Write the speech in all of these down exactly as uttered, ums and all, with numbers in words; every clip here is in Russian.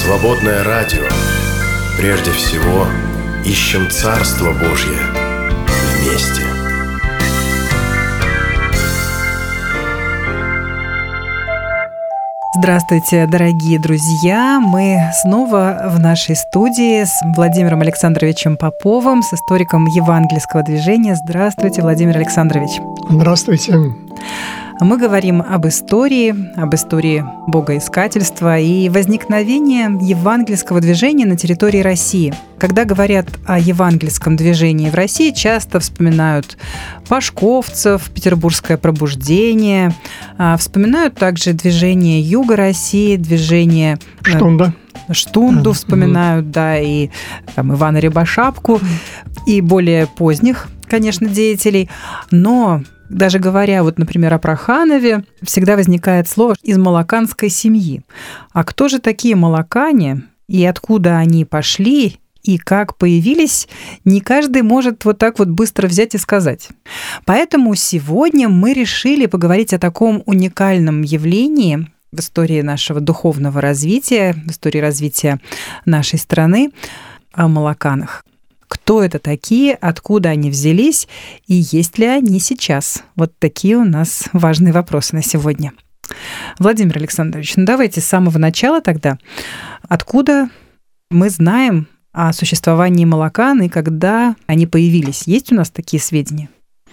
Свободное радио. Прежде всего, ищем Царство Божье вместе. Здравствуйте, дорогие друзья! Мы снова в нашей студии с Владимиром Александровичем Поповым, с историком евангельского движения. Здравствуйте, Владимир Александрович! Здравствуйте! Мы говорим об истории, об истории богоискательства и возникновения евангельского движения на территории России. Когда говорят о евангельском движении в России, часто вспоминают пашковцев, Петербургское пробуждение, вспоминают также движение Юга России, движение Штунда. Штунду вспоминают, да, и там, Ивана Рябошапку, и более поздних, конечно, деятелей. Но даже говоря, вот, например, о Проханове, всегда возникает слово «из молоканской семьи». А кто же такие молокане, и откуда они пошли, и как появились, не каждый может вот так вот быстро взять и сказать. Поэтому сегодня мы решили поговорить о таком уникальном явлении в истории нашего духовного развития, в истории развития нашей страны, о молоканах. Кто это такие, откуда они взялись и есть ли они сейчас? Вот такие у нас важные вопросы на сегодня. Владимир Александрович, ну давайте с самого начала тогда. Откуда мы знаем о существовании молокан и когда они появились? Есть у нас такие сведения?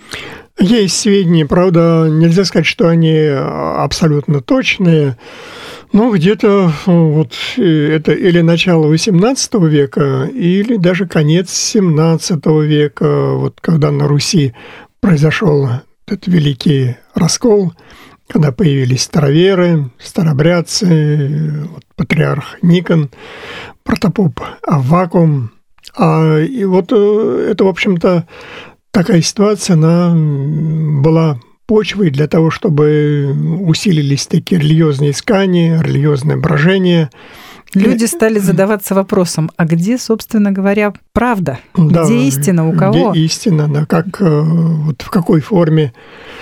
Есть сведения, правда, нельзя сказать, что они абсолютно точные. Ну, где-то вот это или начало восемнадцатого века, или даже конец семнадцатого века, вот когда на Руси произошел этот великий раскол, когда появились староверы, старобрядцы, вот, патриарх Никон, протопоп Аввакум. А, и вот это, в общем-то, такая ситуация, она была почвой для того, чтобы усилились такие религиозные искания, религиозное брожение. Люди стали задаваться вопросом, а где, собственно говоря, правда? Да, где истина, у кого? Где истина, да, как, вот в какой форме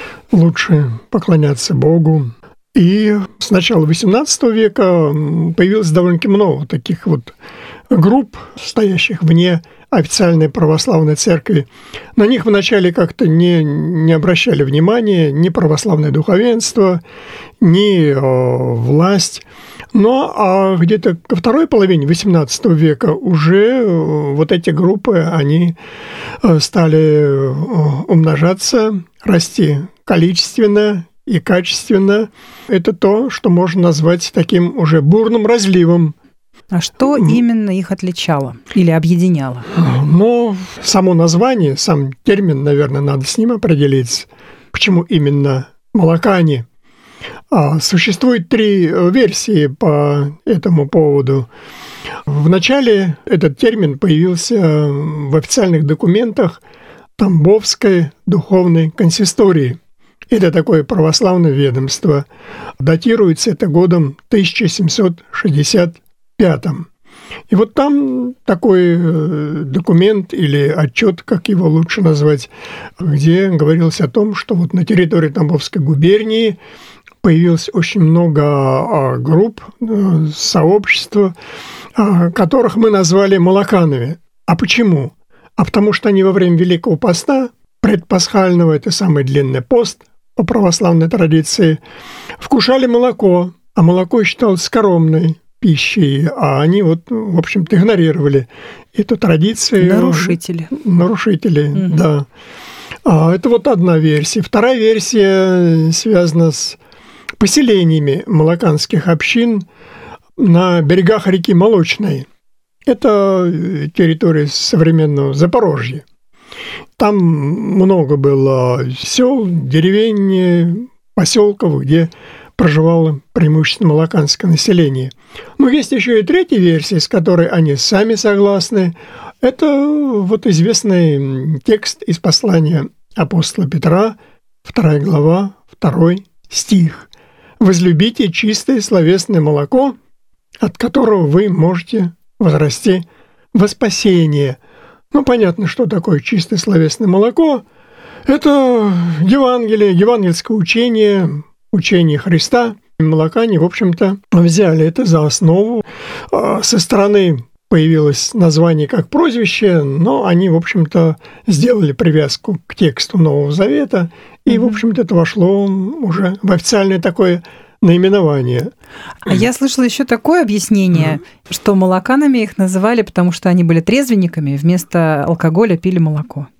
лучше поклоняться Богу. И с начала восемнадцатого века появилось довольно-таки много таких вот групп, стоящих вне официальной православной церкви. На них вначале как-то не, не обращали внимания ни православное духовенство, ни э, власть. Но а где-то ко второй половине восемнадцатого века уже э, вот эти группы, они э, стали э, умножаться, расти количественно и качественно. Это то, что можно назвать таким уже бурным разливом. А что именно их отличало или объединяло? Ну, само название, сам термин, наверное, надо с ним определиться. Почему именно молокане? А, существует три версии по этому поводу. Вначале этот термин появился в официальных документах Тамбовской духовной консистории. Это такое православное ведомство. Датируется это годом тысяча семьсот шестьдесят пятом. И вот там такой документ или отчет, как его лучше назвать, где говорилось о том, что вот на территории Тамбовской губернии появилось очень много групп, сообществ, которых мы назвали молоканами. А почему? А потому что они во время Великого Поста, предпасхального, это самый длинный пост по православной традиции, вкушали молоко, а молоко считалось скоромной пищей, а они вот, в общем-то, игнорировали эту традицию. Нарушители. Нарушители, угу. Да. А, это вот одна версия. Вторая версия связана с поселениями молоканских общин на берегах реки Молочной. Это территория современного Запорожья. Там много было сел, деревень, поселков, где проживало преимущественно молоканское население. Но есть еще и третья версия, с которой они сами согласны. Это вот известный текст из послания апостола Петра, вторая глава, второй стих. «Возлюбите чистое словесное молоко, от которого вы можете возрасти во спасение». Ну, понятно, что такое чистое словесное молоко. Это Евангелие, евангельское учение, учение Христа, Молокане, в общем-то, взяли это за основу. Со стороны появилось название как прозвище, но они, в общем-то, сделали привязку к тексту Нового Завета, и, mm-hmm. в общем-то, это вошло уже в официальное такое наименование. А я слышала еще такое объяснение, mm-hmm. что молоканами их называли, потому что они были трезвенниками, вместо алкоголя пили молоко.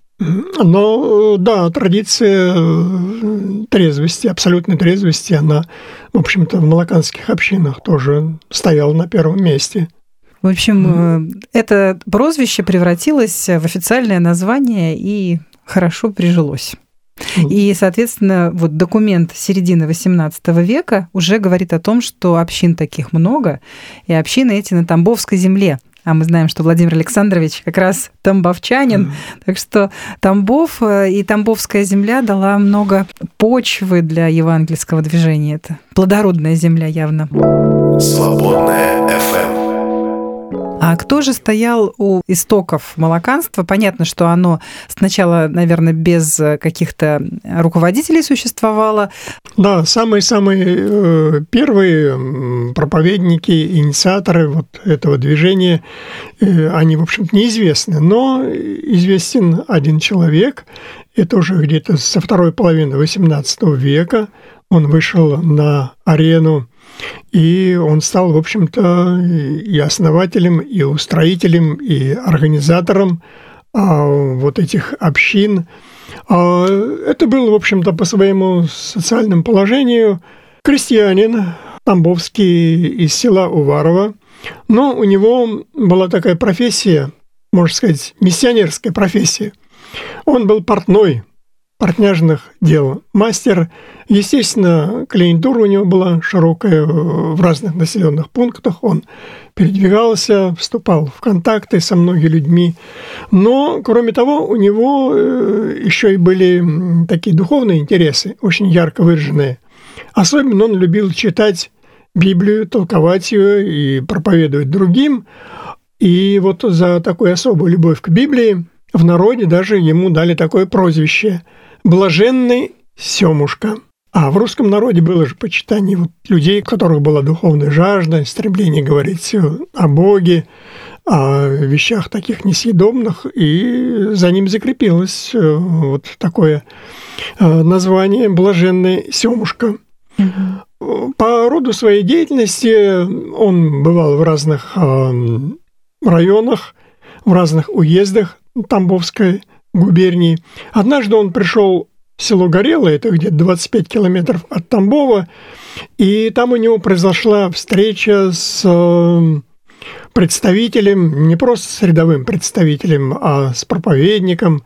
Но, да, традиция трезвости, абсолютной трезвости, она, в общем-то, в молоканских общинах тоже стояла на первом месте. В общем, mm-hmm. это прозвище превратилось в официальное название и хорошо прижилось. Mm-hmm. И, соответственно, вот документ середины восемнадцатого века уже говорит о том, что общин таких много, и общины эти на Тамбовской земле. А мы знаем, что Владимир Александрович как раз тамбовчанин, mm-hmm. так что Тамбов и Тамбовская земля дала много почвы для евангельского движения. Это плодородная земля явно. Свободная эф эм. А кто же стоял у истоков молоканства? Понятно, что оно сначала, наверное, без каких-то руководителей существовало. Да, самые-самые первые проповедники, инициаторы вот этого движения, они, в общем-то, неизвестны, но известен один человек, это уже где-то со второй половины восемнадцатого века, он вышел на арену, и он стал, в общем-то, и основателем, и устроителем, и организатором а, вот этих общин. А, это был, в общем-то, по своему социальному положению крестьянин тамбовский из села Уварово, но у него была такая профессия, можно сказать, миссионерская профессия. Он был портной, портняжных дел. Мастер, естественно, клиентура у него была широкая в разных населенных пунктах. Он передвигался, вступал в контакты со многими людьми. Но, кроме того, у него еще и были такие духовные интересы, очень ярко выраженные. Особенно он любил читать Библию, толковать ее и проповедовать другим. И вот за такую особую любовь к Библии в народе даже ему дали такое прозвище – «Блаженный Семушка». А в русском народе было же почитание вот людей, у которых была духовная жажда, стремление говорить о Боге, о вещах таких несъедобных, и за ним закрепилось вот такое название «Блаженный Семушка». Mm-hmm. По роду своей деятельности он бывал в разных районах, в разных уездах Тамбовской губернии. Однажды он пришел в село Горелое, это где-то двадцать пять километров от Тамбова, и там у него произошла встреча с представителем, не просто с рядовым представителем, а с проповедником,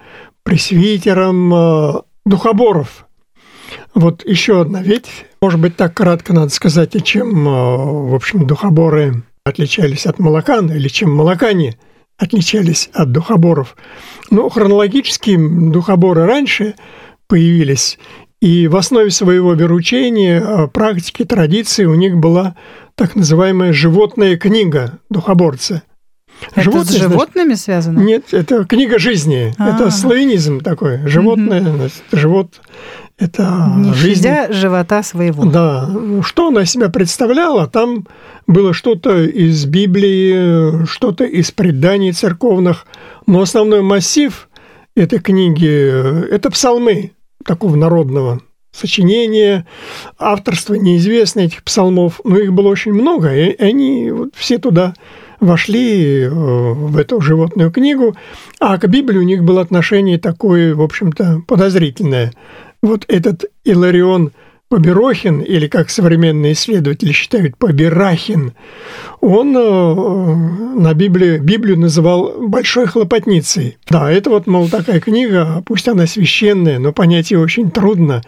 пресвитером духоборов. Вот еще одна ветвь. Может быть, так кратко надо сказать, и чем, в общем, духоборы отличались от молокан, или чем молокане отличались от духоборов. Но хронологически духоборы раньше появились, и в основе своего вероучения, практики, традиции у них была так называемая животная книга духоборца. Это животные, с животными значит, связано? Нет, это книга жизни. А-а-а. Это славянизм такой. Животное, угу. значит, живот – это не жизнь. Не щадя живота своего. Да. Что она из себя представляла? Там было что-то из Библии, что-то из преданий церковных. Но основной массив этой книги – это псалмы такого народного сочинения, авторство неизвестно этих псалмов. Но их было очень много, и они вот все туда вошли в эту животную книгу, а к Библии у них было отношение такое, в общем-то, подозрительное. Вот этот Иларион Поберохин, или как современные исследователи считают, Поберахин, он на Библию, Библию называл большой хлопотницей. Да, это вот, мол, такая книга, пусть она священная, но понять ее очень трудно,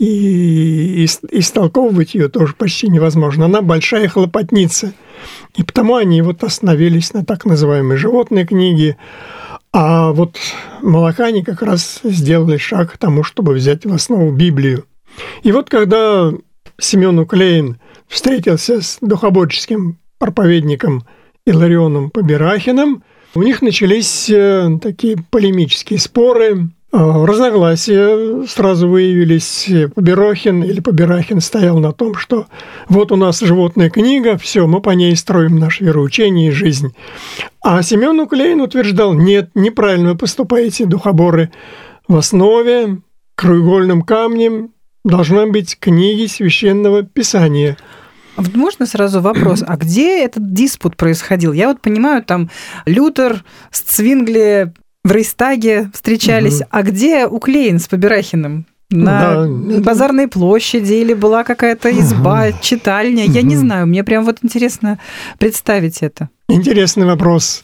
и истолковывать ее тоже почти невозможно. Она большая хлопотница. И потому они вот остановились на так называемой животной книге, а вот молокане как раз сделали шаг к тому, чтобы взять в основу Библию. И вот когда Семен Уклеин встретился с духоборческим проповедником Иларионом Поберахиным, у них начались такие полемические споры. разногласия сразу выявились. Поберохин или Поберахин стоял на том, что вот у нас животная книга, все, мы по ней строим наше вероучение и жизнь. А Семен Уклейн утверждал, нет, неправильно вы поступаете, духоборы. В основе краеугольным камнем должны быть книги Священного Писания. Вот можно сразу вопрос, а где этот диспут происходил? Я вот понимаю, там Лютер с Цвингли в Рейхстаге встречались, угу. а где Уклейн с Поберахиным? На да, базарной площади или была какая-то изба, угу. читальня? Я угу. не знаю, мне прям вот интересно представить это. Интересный вопрос.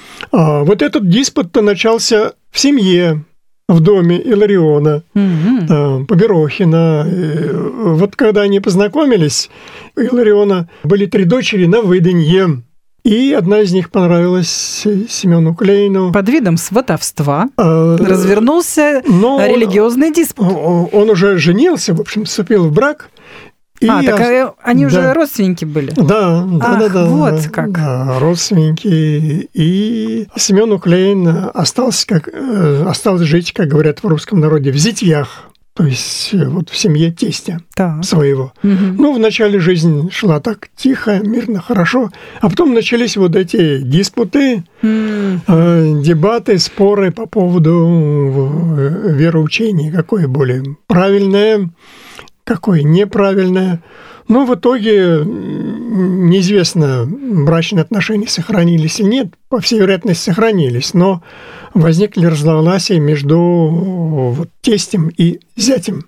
Вот этот диспут-то начался в семье, в доме Илариона, угу. Поберохина. Вот когда они познакомились, у Илариона были три дочери на выданье. И одна из них понравилась Семену Уклейну. Под видом сватовства а, развернулся религиозный диспут. Он уже женился, в общем, вступил в брак. И а, так я... они да. уже родственники были? Да, да, Ах, да, да. вот да, как. Да, родственники. И Семен Уклейн остался, как, остался жить, как говорят в русском народе, в зятьях. То есть вот в семье тестя так. своего. Угу. Ну, вначале жизнь шла так тихо, мирно, хорошо. А потом начались вот эти диспуты, mm. э, дебаты, споры по поводу вероучения. Какое более правильное, какое неправильное. Но в итоге неизвестно, брачные отношения сохранились или нет. По всей вероятности, сохранились. Но возникли разногласия между вот, тестем и зятем.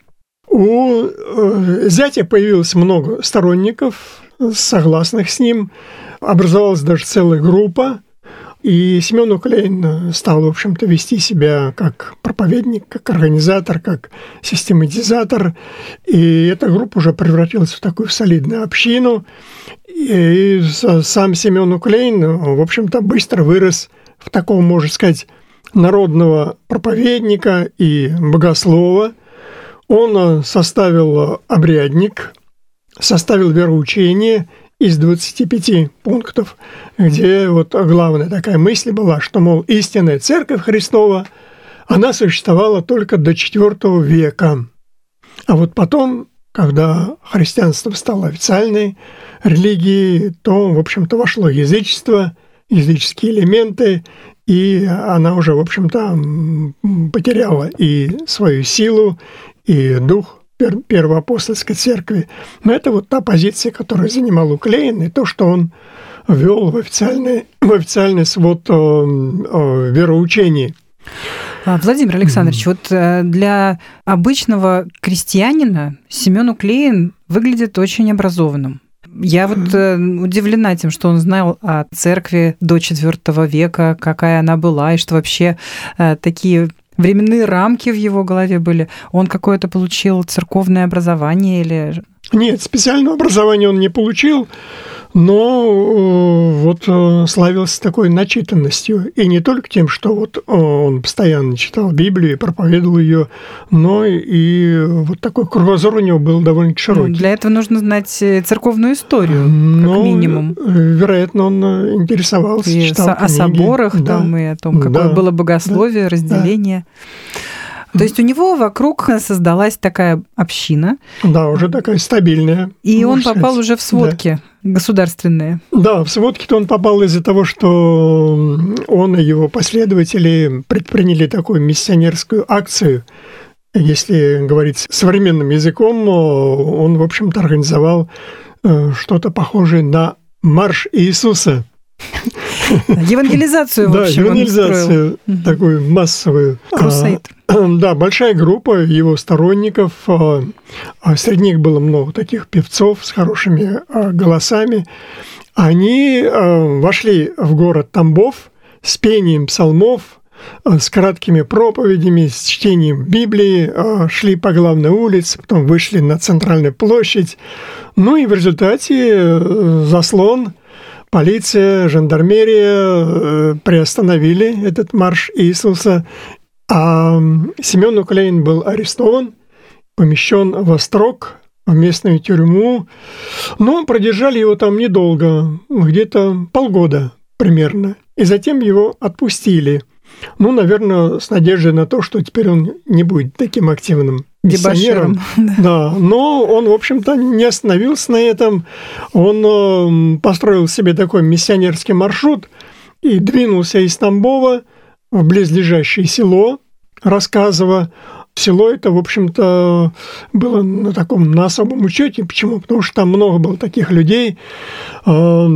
У зятя появилось много сторонников, согласных с ним. Образовалась даже целая группа. И Семен Уклейн стал, в общем-то, вести себя как проповедник, как организатор, как систематизатор. И эта группа уже превратилась в такую солидную общину. И сам Семен Уклейн, в общем-то, быстро вырос в такого, можно сказать, народного проповедника и богослова. Он составил обрядник, составил вероучение из двадцати пяти пунктов, где вот главная такая мысль была, что, мол, истинная Церковь Христова, она существовала только до четвёртого века. А вот потом, когда христианство стало официальной религией, то, в общем-то, вошло язычество, языческие элементы, и она уже, в общем-то, потеряла и свою силу, и дух первоапостольской церкви. Но это вот та позиция, которую занимал Уклейн, и то, что он ввел в официальный, в официальный свод о, о вероучении. Владимир Александрович, mm-hmm. вот для обычного крестьянина Семен Уклейн выглядит очень образованным. Я вот удивлена тем, что он знал о церкви до четвёртого века, какая она была, и что вообще такие временные рамки в его голове были. Он какое-то получил церковное образование или... Нет, специального образования он не получил, но вот славился такой начитанностью. И не только тем, что вот он постоянно читал Библию и проповедовал ее, но и вот такой кругозор у него был довольно широкий. Ну, для этого нужно знать церковную историю, но, как минимум. Вероятно, он интересовался, и читал о книги. соборах Да. там, и о том, какое да. было богословие, да. разделение. Да. То есть у него вокруг создалась такая община. Да, уже такая стабильная. И он попал сказать. уже в сводки да. государственные. Да, в сводки-то он попал из-за того, что он и его последователи предприняли такую миссионерскую акцию. Если говорить современным языком, он, в общем-то, организовал что-то похожее на марш Иисуса. Евангелизацию, в общем, да, евангелизацию такую массовую. Крусейд. Да, большая группа его сторонников. Среди них было много таких певцов с хорошими голосами. Они вошли в город Тамбов с пением псалмов, с краткими проповедями, с чтением Библии, шли по главной улице, потом вышли на центральную площадь. Ну и в результате заслон, полиция, жандармерия приостановили этот марш Иисуса. А Семен Уклейн был арестован, помещен в Острог, в местную тюрьму. Но продержали его там недолго, где-то полгода примерно. И затем его отпустили. Ну, наверное, с надеждой на то, что теперь он не будет таким активным миссионером. Да, но он, в общем-то, не остановился на этом. Он построил себе такой миссионерский маршрут и двинулся из Тамбова в близлежащее село Рассказово. Село это, в общем-то, было на таком, на особом учете. Почему? Потому что там много было таких людей, э,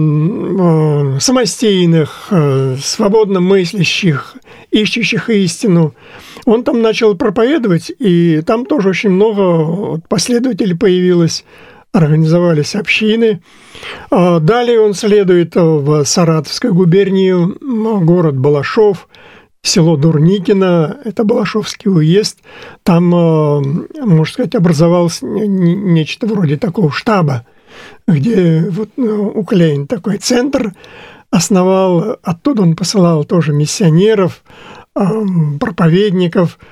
э, самостийных, э, свободно мыслящих, ищущих истину. Он там начал проповедовать, и там тоже очень много последователей появилось, организовались общины. Далее он следует в Саратовскую губернию, город Балашов, село Дурникино, это Балашовский уезд. Там, можно сказать, образовалось нечто вроде такого штаба, где вот Уклейн такой центр основал. Оттуда он посылал тоже миссионеров, проповедников.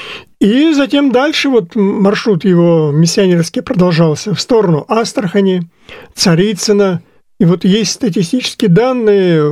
И затем дальше вот маршрут его миссионерский продолжался в сторону Астрахани, Царицына. И вот есть статистические данные,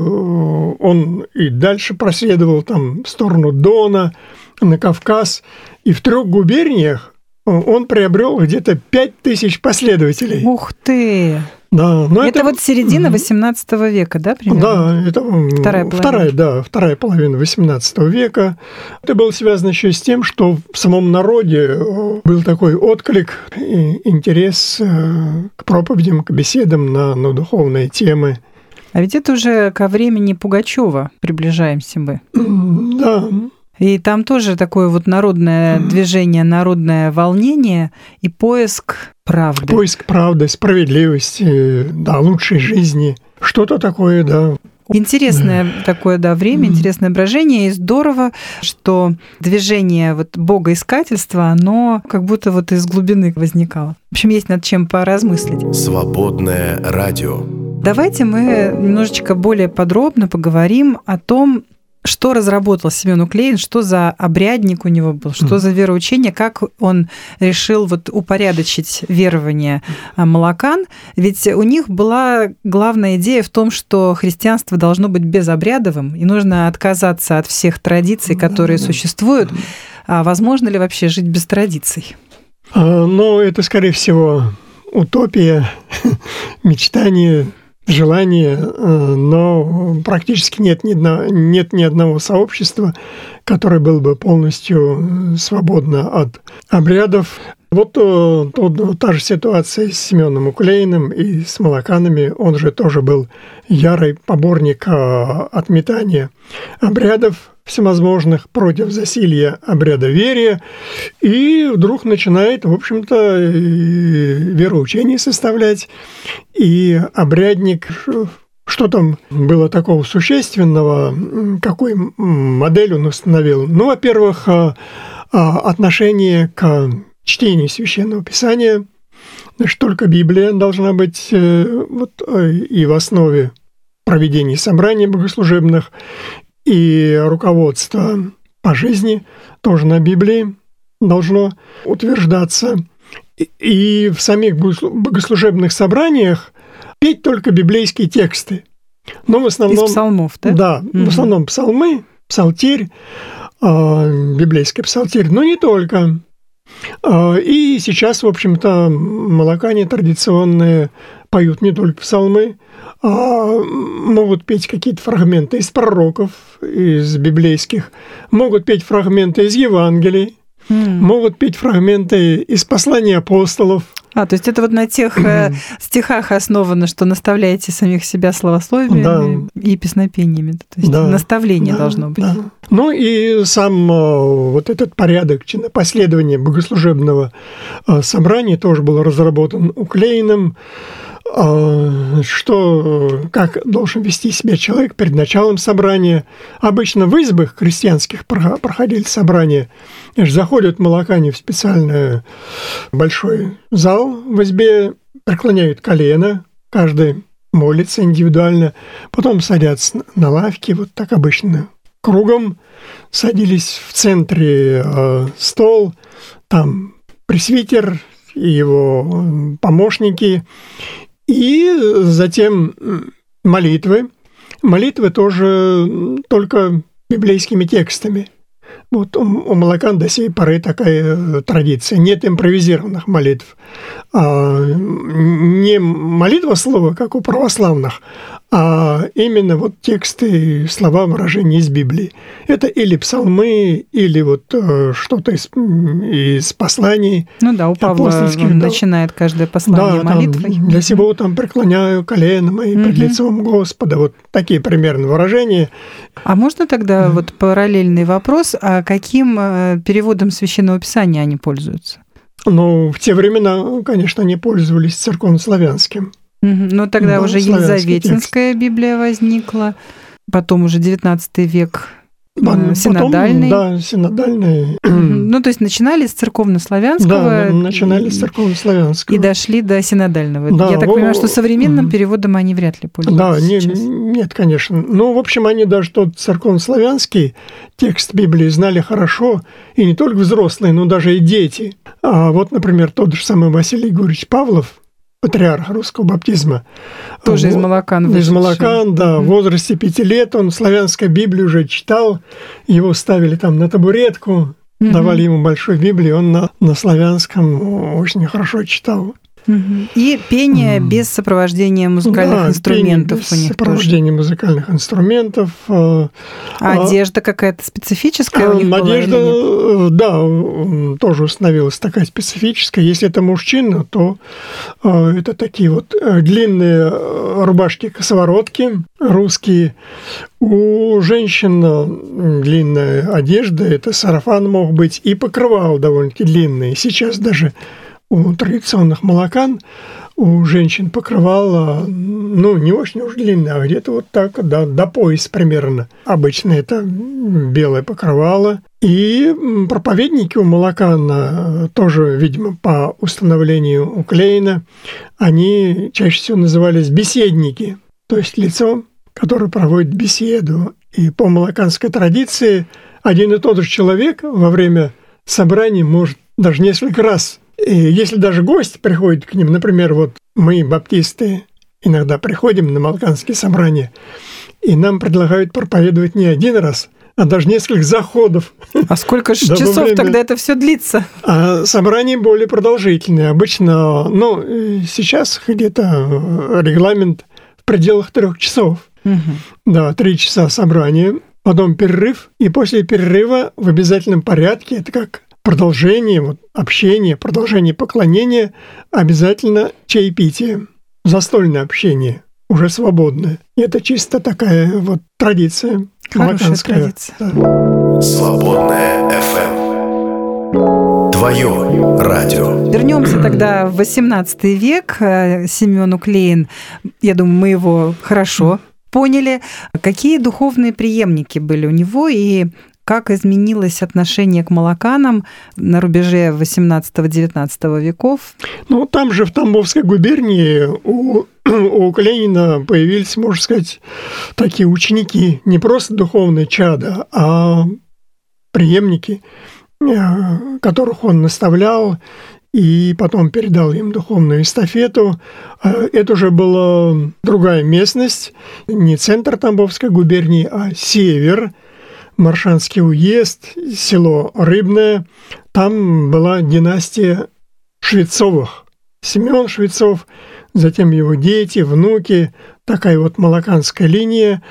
он и дальше проследовал там в сторону Дона, на Кавказ. И в трех губерниях он приобрел где-то пять тысяч последователей. Ух ты! Да, но это, это вот середина восемнадцатого века, да, примерно? Да, это вторая половина. Вторая, да, вторая половина восемнадцатого века. Это было связано еще с тем, что в самом народе был такой отклик и интерес к проповедям, к беседам на, на духовные темы. А ведь это уже ко времени Пугачева приближаемся мы. Да. И там тоже такое вот народное движение, народное волнение и поиск правды. Поиск правды, справедливости, да, лучшей жизни. Что-то такое, да. Интересное такое, да, время, интересное брожение. И здорово, что движение вот богоискательства, оно как будто вот из глубины возникало. В общем, есть над чем поразмыслить. Свободное радио. Давайте мы немножечко более подробно поговорим о том, что разработал Семен Уклейн, что за обрядник у него был, что за вероучение, как он решил вот упорядочить верование молокан. Ведь у них была главная идея в том, что христианство должно быть безобрядовым, и нужно отказаться от всех традиций, которые существуют. А возможно ли вообще жить без традиций? Ну, это, скорее всего, утопия, мечтание, желание, но практически нет ни, одного, нет ни одного сообщества, которое было бы полностью свободно от обрядов. Вот то, то, та же ситуация с Семеном Уклейным и с молоканами. Он же тоже был ярый поборник отметания обрядов всевозможных против засилья обрядоверия, и вдруг начинает, в общем-то, вероучение составлять, и обрядник, что там было такого существенного, какой модель он установил? Ну, во-первых, отношение к чтению Священного Писания, значит, только Библия должна быть вот, и в основе проведения собраний богослужебных, и руководство по жизни тоже на Библии должно утверждаться. И в самих богослужебных собраниях петь только библейские тексты. Но в основном... Из псалмов, да? Да, mm-hmm. в основном псалмы, псалтирь, библейский псалтирь, но не только. И сейчас, в общем-то, молокане традиционные поют не только псалмы, а могут петь какие-то фрагменты из пророков, из библейских, могут петь фрагменты из Евангелий, mm. могут петь фрагменты из посланий апостолов. А, то есть это вот на тех mm. стихах основано, что наставляете самих себя словословиями да. и песнопениями. То есть да. наставление да. должно быть. Да. Ну и сам вот этот порядок последования богослужебного собрания тоже был разработан Уклейном. Что, как должен вести себя человек перед началом собрания. Обычно в избах крестьянских проходили собрания. Заходят молокане в специальный большой зал в избе, преклоняют колено, каждый молится индивидуально, потом садятся на лавки, вот так обычно кругом, садились в центре э, стол, там пресвитер и его помощники, и затем молитвы. Молитвы тоже только библейскими текстами. Вот у, у молокан до сей поры такая традиция. Нет импровизированных молитв. А, не молитва слова, как у православных, а именно вот тексты, слова, выражения из Библии. Это или псалмы, или вот что-то из, из посланий. Ну да, у Павла он да. начинает каждое послание да, молитвой. Там, для сего там преклоняю колено мои пред угу. лицом Господа. Вот такие примерно выражения. А можно тогда mm. вот параллельный вопрос, а каким переводом Священного Писания они пользуются? Ну, в те времена, конечно, они пользовались церковнославянским. Mm-hmm. Ну, тогда да, уже Елизаветинская текст. Библия возникла, потом уже девятнадцатый век Потом, синодальный. Да, синодальный. Mm-hmm. Ну, то есть начинали с церковнославянского. Да, начинали с церковнославянского. И дошли до синодального. Да, Я так во... понимаю, что современным mm-hmm. переводом они вряд ли пользуются. Да, не, нет, конечно. Ну, в общем, они даже тот церковнославянский текст Библии знали хорошо, и не только взрослые, но даже и дети. А вот, например, тот же самый Василий Егорович Павлов, патриарх русского баптизма. Тоже вот, из Молокан вышедший. Из Молокан, да. Mm-hmm. В возрасте пяти лет он славянскую Библию уже читал. Его ставили там на табуретку, mm-hmm. давали ему большую Библию, он на, на славянском очень хорошо читал. Mm-hmm. И пение mm-hmm. без сопровождения музыкальных да, инструментов без у них сопровождения тоже. Музыкальных инструментов. А одежда какая-то специфическая а, у них одежда, была? Да, тоже установилась такая специфическая. Если это мужчина, то а, это такие вот длинные рубашки-косоворотки русские. У женщин длинная одежда, это сарафан мог быть, и покрывал довольно-таки длинные. Сейчас даже у традиционных молокан у женщин покрывало, ну, не очень уж длинное, а где-то вот так, да, до пояса примерно. Обычно это белое покрывало. И проповедники у молокан тоже, видимо, по установлению у Клейна, они чаще всего назывались беседники, то есть лицо, которое проводит беседу. И по молоканской традиции один и тот же человек во время собрания может даже несколько раз. И если даже гость приходит к ним, например, вот мы, баптисты, иногда приходим на молоканские собрания, и нам предлагают проповедовать не один раз, а даже несколько заходов. А сколько же часов время... тогда это все длится? А собрания более продолжительные. Обычно, ну, сейчас где-то регламент в пределах трех часов. Угу. Да, три часа собрания, потом перерыв, и после перерыва в обязательном порядке, это как продолжение вот, общения, продолжение поклонения, обязательно чаепитие, застольное общение, уже свободное. И это чисто такая вот традиция. Хорошая традиция. Да. Свободная эф эм. Твое радио. Вернемся тогда в восемнадцатый век. Семен Уклейн, я думаю, мы его хорошо поняли. Какие духовные преемники были у него и как изменилось отношение к молоканам на рубеже восемнадцатого-девятнадцатого веков? Ну, там же, в Тамбовской губернии, у, у Ленина появились, можно сказать, такие ученики, не просто духовные чада, а преемники, которых он наставлял и потом передал им духовную эстафету. Это уже была другая местность, не центр Тамбовской губернии, а север, Маршанский уезд, село Рыбное. Там была династия Швецовых. Семен Швецов, затем его дети, внуки, такая вот молоканская линия.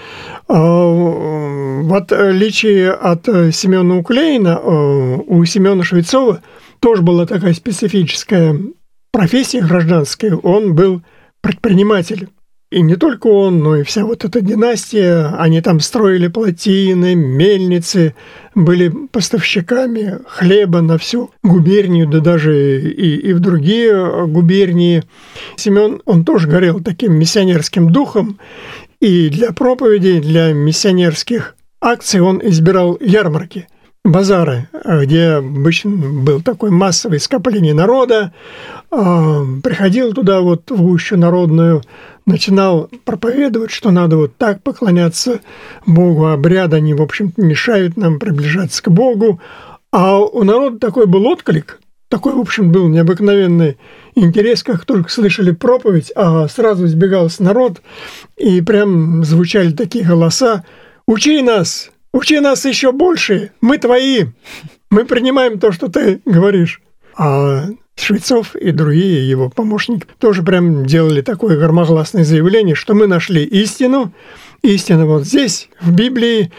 В отличие от Семена Уклейна, у Семена Швецова тоже была такая специфическая профессия гражданская. Он был предприниматель. И не только он, но и вся вот эта династия, они там строили плотины, мельницы, были поставщиками хлеба на всю губернию, да даже и, и в другие губернии. Семен, он тоже горел таким миссионерским духом, и для проповедей, для миссионерских акций он избирал ярмарки, базары, где обычно был такой массовое скопление народа, приходил туда вот в гущу народную, начинал проповедовать, что надо вот так поклоняться Богу, обряды, они, в общем-то, мешают нам приближаться к Богу. А у народа такой был отклик, такой, в общем, был необыкновенный интерес, как только слышали проповедь, а сразу сбегался народ, и прям звучали такие голоса: «Учи нас, учи нас еще больше, мы твои, мы принимаем то, что ты говоришь. А Швецов и другие его помощники тоже прям делали такое громогласное заявление, что мы нашли истину, истина вот здесь, в Библии,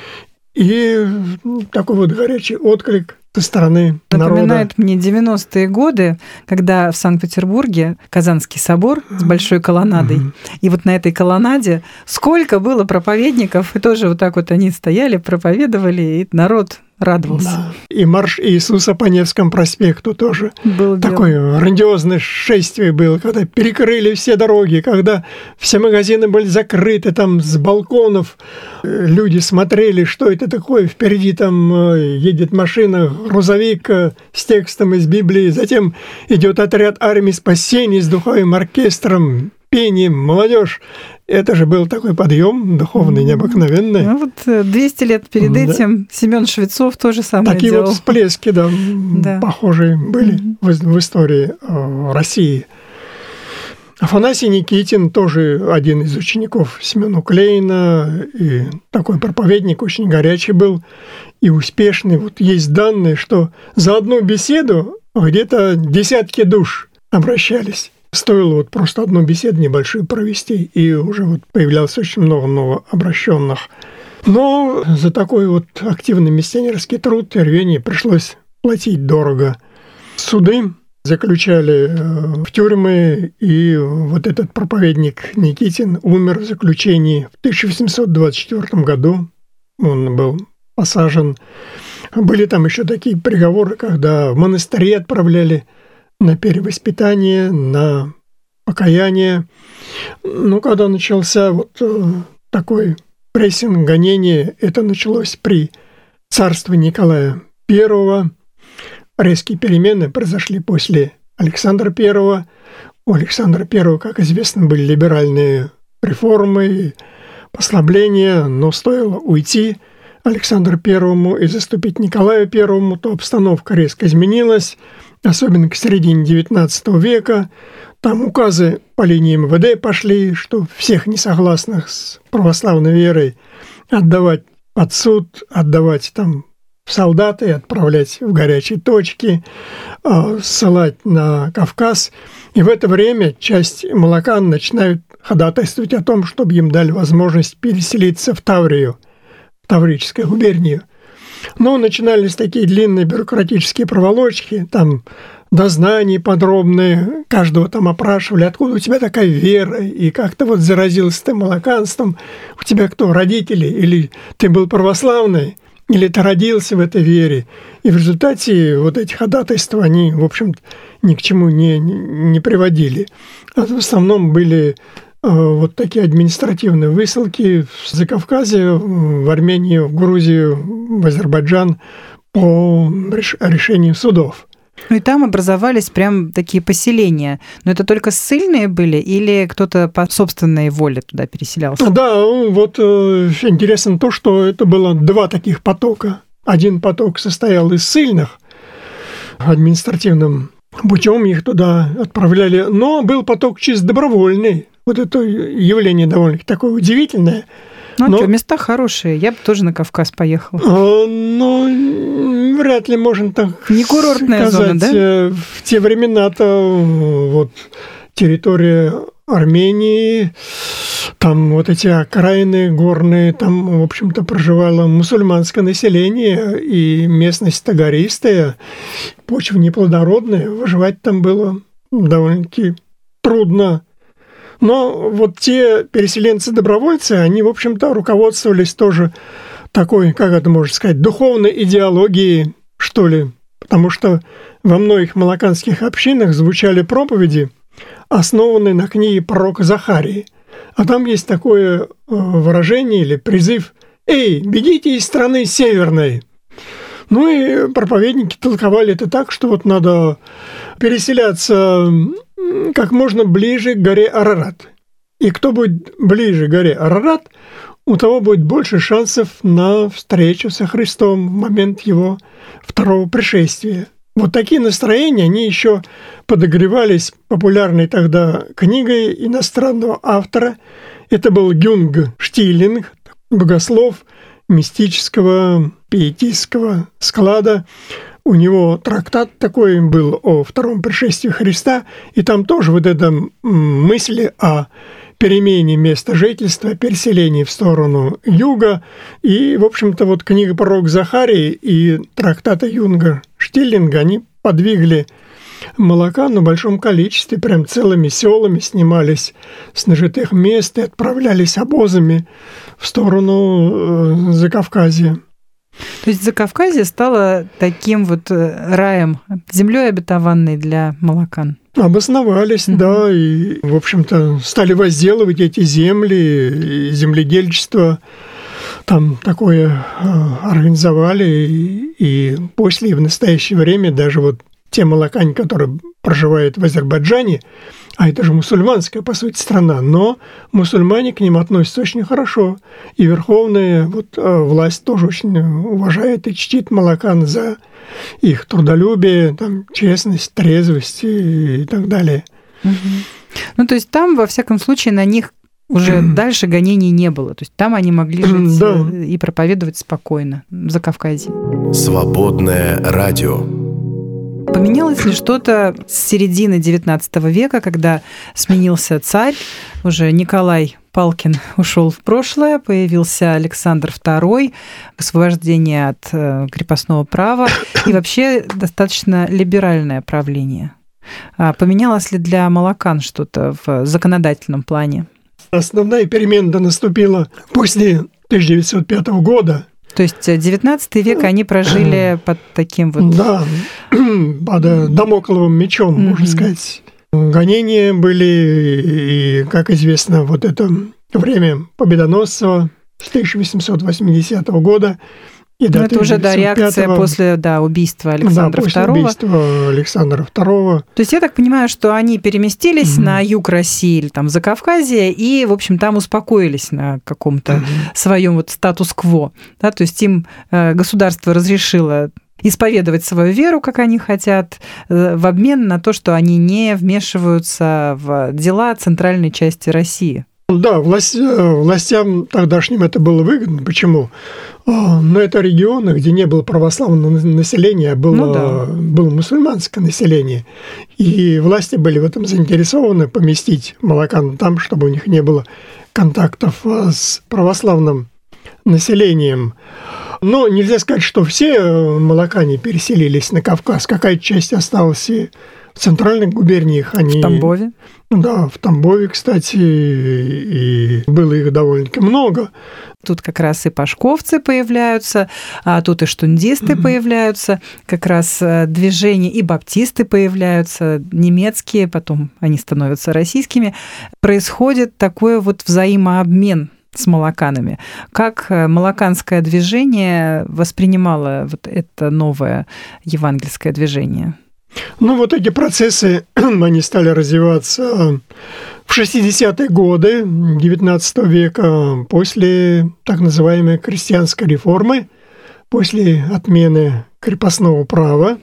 и такой вот горячий отклик со стороны народа. Напоминает мне девяностые годы, когда в Санкт-Петербурге Казанский собор с большой колоннадой. Mm-hmm. И вот на этой колоннаде сколько было проповедников, и тоже вот так вот они стояли, проповедовали, и народ радовался. Да. И марш Иисуса по Невскому проспекту тоже. Было такое дело. Грандиозное шествие было, когда перекрыли все дороги, когда все магазины были закрыты, там с балконов люди смотрели, что это такое. Впереди там едет машина, грузовик с текстом из Библии, затем идет отряд армии спасения с духовым оркестром, пением, молодежь. Это же был такой подъем духовный, необыкновенный. Ну вот двести лет перед да. этим Семен Швецов тоже самое Такие делал. вот всплески, да, да. похожие были mm-hmm. в, в истории России. Афанасий Никитин тоже один из учеников Семена Клейна, и такой проповедник очень горячий был и успешный. Вот есть данные, что за одну беседу где-то десятки душ обращались. Стоило вот просто одну беседу небольшую провести, и уже вот появлялось очень много новообращенных. Но за такой вот активный миссионерский труд и рвение пришлось платить дорого. Суды заключали в тюрьмы, и вот этот проповедник Никитин умер в заключении в тысяча восемьсот двадцать четвёртом году. Он был посажен. Были там еще такие приговоры, когда в монастыри отправляли на перевоспитание, на покаяние. Ну, когда начался вот такой прессинг, гонение, это началось при царстве Николая Первого. Резкие перемены произошли после Александра Первого. У Александра Первого, как известно, были либеральные реформы, послабления, но стоило уйти Александру Первому и заступить Николаю Первому, то обстановка резко изменилась, особенно к середине девятнадцатого века. Там указы по линии эм вэ дэ пошли, что всех несогласных с православной верой отдавать под суд, отдавать там в солдаты, отправлять в горячие точки, ссылать на Кавказ. И в это время часть молокан начинают ходатайствовать о том, чтобы им дали возможность переселиться в Таврию, в Таврическую губернию. Но начинались такие длинные бюрократические проволочки, там дознания подробные, каждого там опрашивали, откуда у тебя такая вера, и как ты вот заразился ты молоканством, у тебя кто, родители, или ты был православный, или ты родился в этой вере. И в результате вот эти ходатайства, они, в общем, ни к чему не, не приводили. А в основном были вот такие административные высылки в Закавказье, в Армению, в Грузию, в Азербайджан по решению судов. Ну и там образовались прям такие поселения. Но это только ссыльные были или кто-то по собственной воле туда переселялся? Да, вот интересно то, что это было два таких потока. Один поток состоял из ссыльных, административным путем их туда отправляли, но был поток чисто добровольный. Вот это явление довольно-таки такое удивительное. Ну, но... что, места хорошие. Я бы тоже на Кавказ поехала. А, ну, вряд ли можно так не курортная сказать. Зона, да? В те времена-то вот территория Армении, там вот эти окраины горные, там, в общем-то, проживало мусульманское население, и местность-то гористая, почва неплодородная, выживать там было довольно-таки трудно. Но вот те переселенцы-добровольцы, они, в общем-то, руководствовались тоже такой, как это можно сказать, духовной идеологией, что ли. Потому что во многих молоканских общинах звучали проповеди, основанные на книге пророка Захарии. А там есть такое выражение или призыв «Эй, бегите из страны северной!» Ну и проповедники толковали это так, что вот надо переселяться как можно ближе к горе Арарат. И кто будет ближе к горе Арарат, у того будет больше шансов на встречу со Христом в момент его второго пришествия. Вот такие настроения, они еще подогревались популярной тогда книгой иностранного автора. Это был Гюнг Штилинг, богослов, мистического, пиетистского склада. У него трактат такой был о втором пришествии Христа, и там тоже вот эта мысль о перемене места жительства, переселении в сторону юга. И, в общем-то, вот книга пророка Захарии и трактаты Юнга Штиллинга, они подвигли Малакан в большом количестве, прям целыми селами снимались с нажитых мест и отправлялись обозами в сторону Закавказья. То есть Закавказье стало таким вот раем, землей обетованной для Малакан. Обосновались, mm-hmm. да, и, в общем-то, стали возделывать эти земли, и земледельчество там такое организовали, и, и после, и в настоящее время даже вот те малакане, которые проживают в Азербайджане, а это же мусульманская, по сути, страна, но мусульмане к ним относятся очень хорошо. И верховная вот, власть тоже очень уважает и чтит малакан за их трудолюбие, там, честность, трезвость и, и так далее. Угу. Ну, то есть там, во всяком случае, на них уже дальше гонений не было. То есть там они могли жить да. и проповедовать спокойно в Закавказье. Свободное радио. Поменялось ли что-то с середины девятнадцатого века, когда сменился царь, уже Николай Палкин ушел в прошлое, появился Александр второй, освобождение от крепостного права и вообще достаточно либеральное правление. Поменялось ли для малакан что-то в законодательном плане? Основная перемена наступила после тысяча девятьсот пятого года. То есть девятнадцатый век они прожили под таким вот... Да, под дамокловым мечом, mm-hmm. можно сказать. Гонения были, и, как известно, вот это время победоносца с тысяча восемьсот восьмидесятого года. И до это уже да, реакция после да, убийства Александра да, после второго. убийства Александра второго. То есть я так понимаю, что они переместились mm-hmm. на юг России или там Закавказье и, в общем, там успокоились на каком-то mm-hmm. своем вот статус-кво. Да? То есть им государство разрешило исповедовать свою веру, как они хотят, в обмен на то, что они не вмешиваются в дела центральной части России. Да, власть, властям тогдашним это было выгодно. Почему? Но это регионы, где не было православного населения, а было, ну, да. было мусульманское население. И власти были в этом заинтересованы поместить малакан там, чтобы у них не было контактов с православным населением. Но нельзя сказать, что все малакане переселились на Кавказ. Какая-то часть осталась и в центральных губерниях. Они... В Тамбове? Да, в Тамбове, кстати, и было их довольно-таки много. Тут как раз и пашковцы появляются, а тут и штундисты mm-hmm. появляются, как раз движения, и баптисты появляются, немецкие, потом они становятся российскими. Происходит такой вот взаимообмен с малаканами. Как малаканское движение воспринимало вот это новое евангельское движение? Ну, вот эти процессы, они стали развиваться в шестидесятые годы девятнадцатого века после так называемой крестьянской реформы, после отмены крепостного права.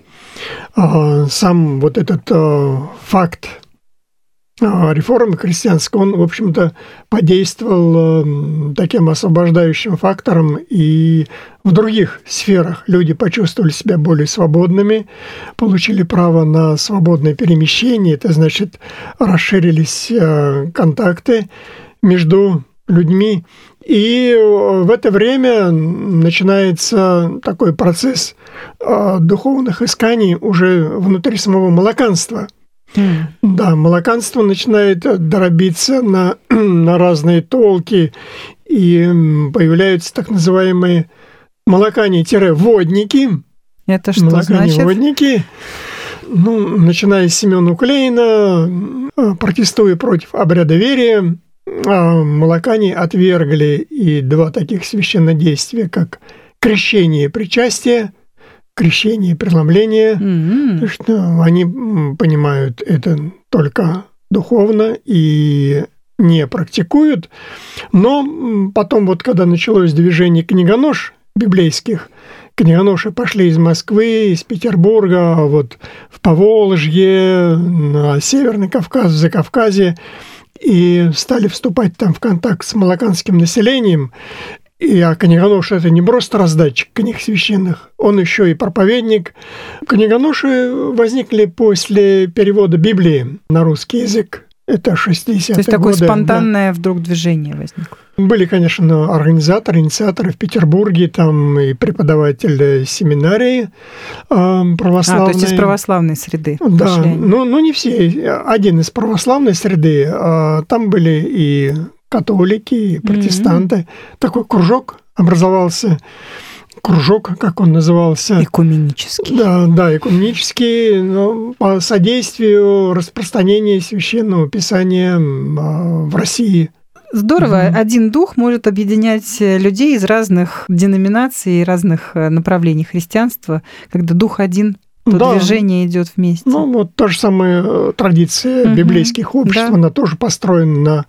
Сам вот этот факт реформы крестьянской, он, в общем-то, подействовал таким освобождающим фактором, и в других сферах люди почувствовали себя более свободными, получили право на свободное перемещение, это значит, расширились контакты между людьми, и в это время начинается такой процесс духовных исканий уже внутри самого малаканства. Mm. Да, малаканство начинает дробиться на, на разные толки, и появляются так называемые малакане-водники. Это что значит? Малакане-водники, ну, начиная с Семена Клейна, протестуя против обрядоверия, малакане отвергли и два таких священнодействия, как крещение и причастие, крещение и преломление, mm-hmm. что они понимают это только духовно и не практикуют. Но потом, вот когда началось движение книгонож библейских, книгоноши пошли из Москвы, из Петербурга, вот в Поволжье, на Северный Кавказ, в Закавказье, и стали вступать там в контакт с малаканским населением. И а книгонош – это не просто раздатчик книг священных, он еще и проповедник. Книгоноши возникли после перевода Библии на русский язык. Это шестидесятые годы. То есть такое годы, спонтанное да. вдруг движение возникло. Были, конечно, организаторы, инициаторы в Петербурге, там и преподаватели семинарии православной. А, то есть из православной среды. Да, ну, ну не все. Один из православной среды. Там были и католики, и протестанты. Mm-hmm. Такой кружок образовался. Кружок, как он назывался. Экуменический. Да, да, экуменический, но по содействию распространения священного писания в России. Здорово. Mm-hmm. Один дух может объединять людей из разных деноминаций, разных направлений христианства, когда дух один, то да. движение идет вместе. Ну, вот та же самая традиция mm-hmm. библейских обществ, да. она тоже построена на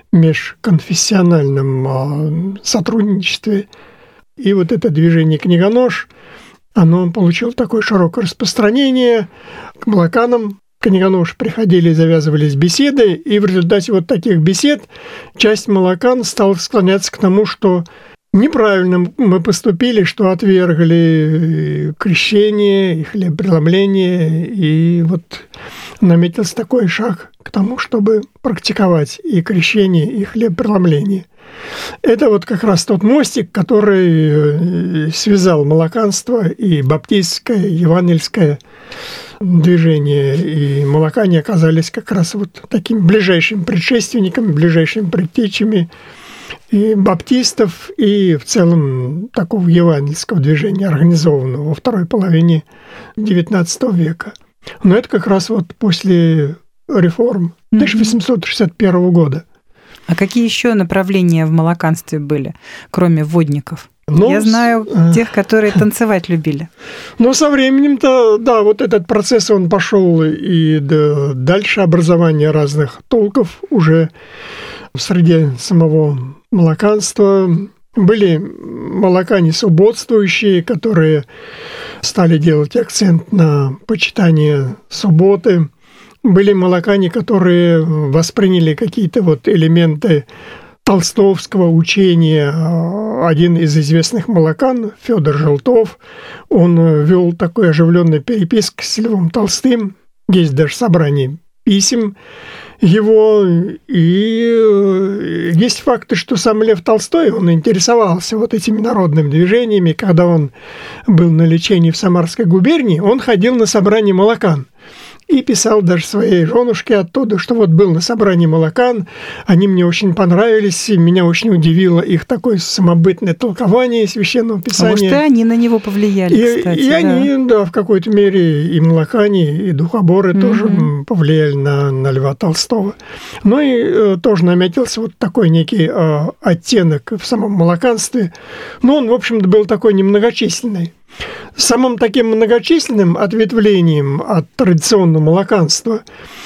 межконфессиональном сотрудничестве. И вот это движение «Книгонош», оно получило такое широкое распространение. К молоканам книгоноши приходили, завязывались беседы, и в результате вот таких бесед часть молокан стала склоняться к тому, что неправильно мы поступили, что отвергли крещение и хлебопреломление, и вот наметился такой шаг к тому, чтобы практиковать и крещение, и хлебопреломление. Это вот как раз тот мостик, который связал молоканство и баптистское, евангельское движение. И молокане оказались как раз вот такими ближайшими предшественниками, ближайшими предтечами и баптистов, и в целом такого евангельского движения, организованного во второй половине девятнадцатого века. Но это как раз вот после реформ тысяча восемьсот шестьдесят первого года. А какие еще направления в молоканстве были, кроме водников? Ну, Я знаю э... тех, которые танцевать любили. Но со временем-то, да, вот этот процесс, он пошел и дальше образования разных толков уже в среде самого молоканства. Были молокане субботствующие, которые стали делать акцент на почитание субботы. Были молокане, которые восприняли какие-то вот элементы толстовского учения. Один из известных молокан, Федор Желтов, он вел такой оживленный переписку с Львом Толстым. Есть даже собрание писем его. И есть факты, что сам Лев Толстой, он интересовался вот этими народными движениями. Когда он был на лечении в Самарской губернии, он ходил на собрание молокан. И писал даже своей женушке оттуда, что вот был на собрании молокан, они мне очень понравились, и меня очень удивило их такое самобытное толкование Священного Писания. А может, и они на него повлияли, и, кстати. И да. они, да, в какой-то мере, и молокане, и духоборы mm-hmm. тоже повлияли на, на Льва Толстого. Ну и э, тоже наметился вот такой некий э, оттенок в самом молоканстве. Но он, в общем-то, был такой немногочисленный. Самым таким многочисленным ответвлением от традиционного молоканства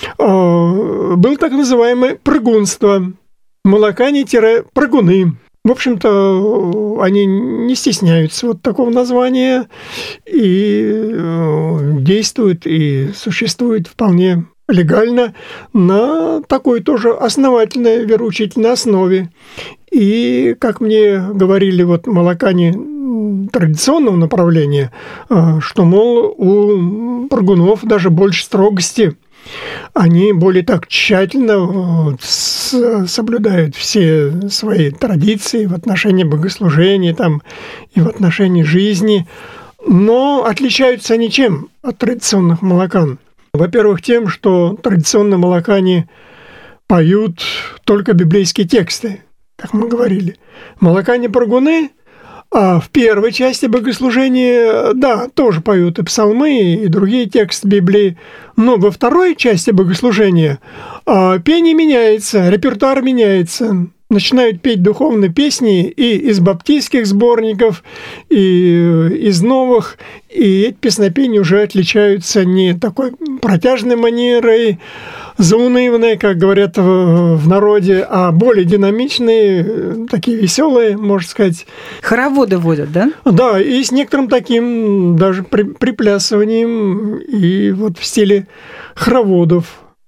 был так называемое прыгунство. Молокане-прыгуны. В общем-то, они не стесняются вот такого названия и действуют и существуют вполне легально на такой тоже основательной вероучительной основе. И, как мне говорили вот молокане традиционного направления, что, мол, у прыгунов даже больше строгости. Они более так тщательно соблюдают все свои традиции в отношении богослужения там, и в отношении жизни. Но отличаются они чем от традиционных молокан? Во-первых, тем, что традиционные молокане поют только библейские тексты, как мы говорили. Молокане-прыгуны а в первой части богослужения, да, тоже поют и псалмы, и другие тексты Библии. Но во второй части богослужения пение меняется, репертуар меняется. Начинают петь духовные песни и из баптистских сборников, и из новых. И эти песнопения уже отличаются не такой протяжной манерой, заунывные, как говорят в народе, а более динамичные, такие веселые, можно сказать. Хороводы водят, да? Да, и с некоторым таким даже при, приплясыванием, и вот в стиле хороводов.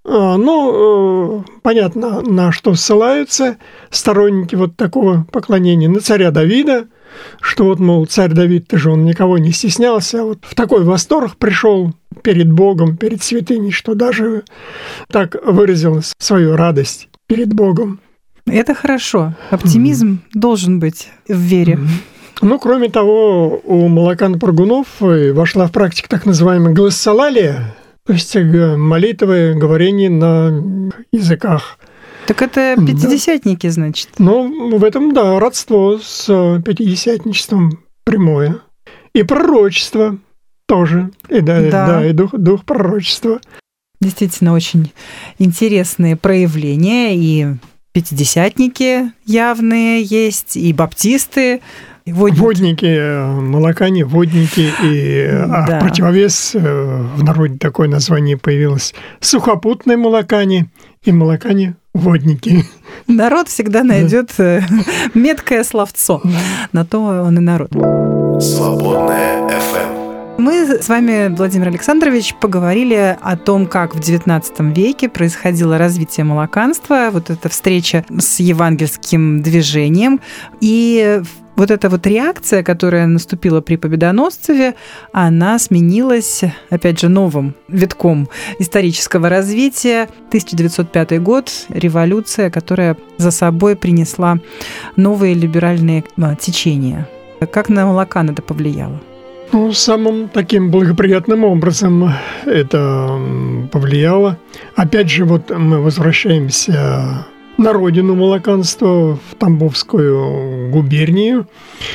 Ну, понятно, на что ссылаются сторонники вот такого поклонения. На царя Давида, что вот, мол, царь Давид-то же он никого не стеснялся, вот в такой восторг пришел перед Богом, перед святыней, что даже так выразил свою радость перед Богом. Это хорошо. Оптимизм mm-hmm. должен быть в вере. Mm-hmm. Ну, кроме того, у молокан-прыгунов вошла в практику так называемая глоссолалия, то есть молитвы, говорение на языках. Так это пятидесятники, да. Значит? Ну, в этом, да, родство с пятидесятничеством прямое. И пророчество тоже. И, да, да. Да, и дух, дух пророчества. Действительно, очень интересные проявления. И пятидесятники явные есть, и баптисты, и водники. Водники, молокане, водники, и да. А противовес, в народе такое название появилось, сухопутные молокане и молокане водники. Народ всегда найдет да. меткое словцо. Да. На то он и народ. Свободная эф эм. Мы с вами, Владимир Александрович, поговорили о том, как в девятнадцатом веке происходило развитие молоканства, вот эта встреча с евангельским движением. И вот эта вот реакция, которая наступила при Победоносцеве, она сменилась, опять же, новым витком исторического развития. тысяча девятьсот пятый год, революция, которая за собой принесла новые либеральные течения. Как на молокан это повлияло? Ну, самым таким благоприятным образом это повлияло. Опять же, вот мы возвращаемся на родину молоканства, в Тамбовскую губернию.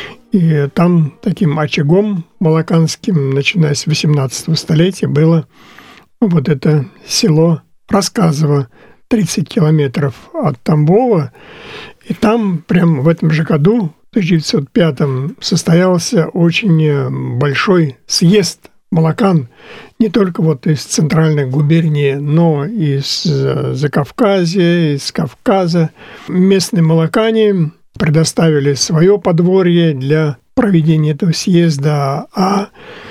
И там таким очагом молоканским, начиная с восемнадцатого столетия, было вот это село Рассказово, тридцать километров от Тамбова. И там прямо в этом же году, в тысяча девятьсот пятом, состоялся очень большой съезд молокан не только вот из центральной губернии, но и из Закавказья, из Кавказа. Местные молокане предоставили свое подворье для проведения этого съезда, а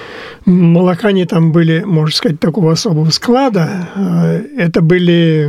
молокане там были, можно сказать, такого особого склада. Это были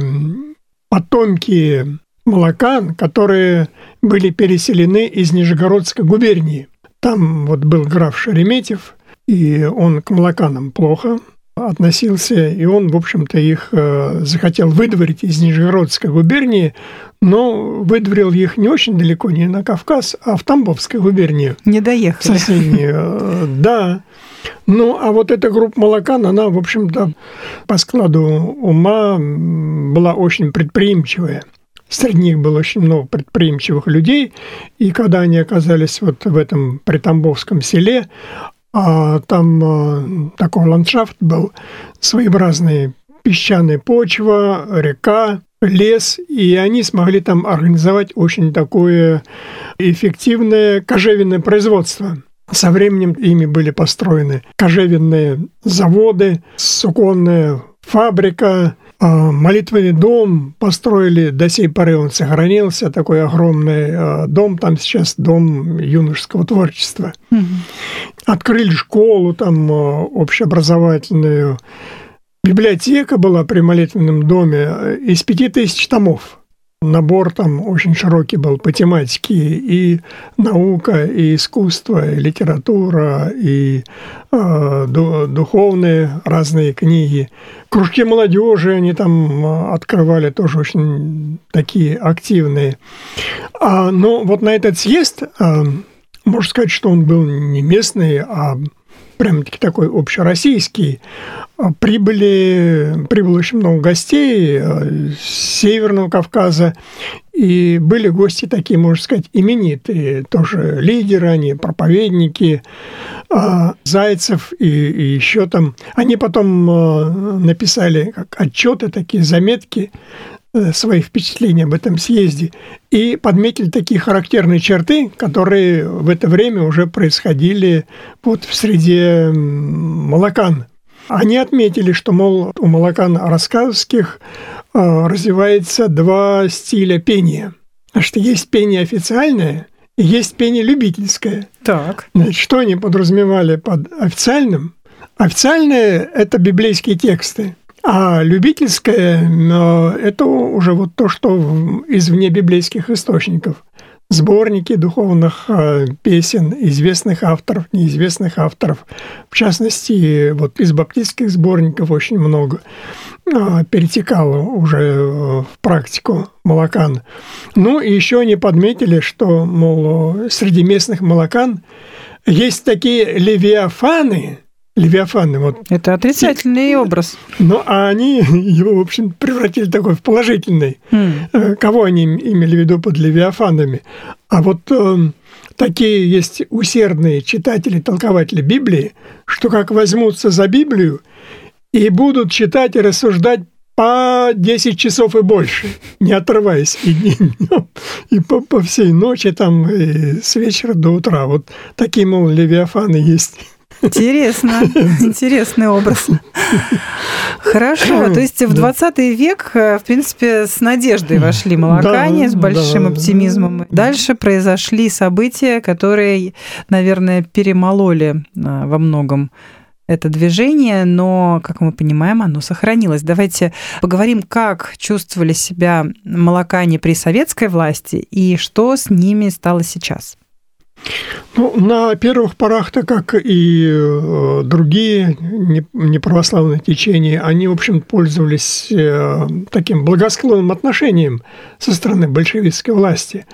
потомки молокан, которые были переселены из Нижегородской губернии. Там вот был граф Шереметьев, и он к молоканам плохо относился, и он, в общем-то, их захотел выдворить из Нижегородской губернии, но выдворил их не очень далеко, не на Кавказ, а в Тамбовскую губернию. Не доехали. Соседнюю, да. Ну, а вот эта группа молокан, она, в общем-то, по складу ума была очень предприимчивая. Среди них было очень много предприимчивых людей, и когда они оказались вот в этом притамбовском селе, а там такой ландшафт был своеобразный, песчаная почва, река, лес, и они смогли там организовать очень такое эффективное кожевенное производство. Со временем ими были построены кожевенные заводы, суконная фабрика, молитвенный дом построили, до сей поры он сохранился, такой огромный дом, там сейчас дом юношеского творчества. Mm-hmm. Открыли школу там общеобразовательную. Библиотека была при молитвенном доме из пяти тысяч томов. Набор там очень широкий был по тематике, и наука, и искусство, и литература, и э, духовные разные книги. Кружки молодежи они там открывали, тоже очень такие активные. А, но вот на этот съезд, э, можно сказать, что он был не местный, а прямо-таки такой общероссийский. Прибыли, прибыло очень много гостей с Северного Кавказа, и были гости такие, можно сказать, именитые, тоже лидеры, они проповедники, Зайцев и, и еще там. Они потом написали как отчеты, такие заметки, свои впечатления об этом съезде, и подметили такие характерные черты, которые в это время уже происходили вот в среде молокан. Они отметили, что, мол, у молокан рассказовских развивается два стиля пения. Значит, есть пение официальное и есть пение любительское. Так. Значит, что они подразумевали под официальным? Официальное – это библейские тексты. А любительское – это уже вот то, что из внебиблейских источников. Сборники духовных песен известных авторов, неизвестных авторов. В частности, вот из баптистских сборников очень много перетекало уже в практику молокан. Ну, и еще они подметили, что, мол, среди местных молокан есть такие левиафаны, Левиафаны. Вот. Это отрицательный образ. Ну, а они его, в общем, превратили такой в положительный. Mm. Кого они имели в виду под левиафанами? А вот э, такие есть усердные читатели, толкователи Библии, что как возьмутся за Библию и будут читать и рассуждать по десять часов и больше, не отрываясь и днем, и по, по всей ночи, там, и с вечера до утра. Вот такие, мол, левиафаны есть. Интересно, интересный образ. Хорошо, то есть в двадцатый век, в принципе, с надеждой вошли молокане, да, с большим да, оптимизмом. Дальше произошли события, которые, наверное, перемололи во многом это движение, но, как мы понимаем, оно сохранилось. Давайте поговорим, как чувствовали себя молокане при советской власти и что с ними стало сейчас. Ну, на первых порах-то, как и э, другие неправославные течения, они, в общем, пользовались э, таким благосклонным отношением со стороны большевистской власти.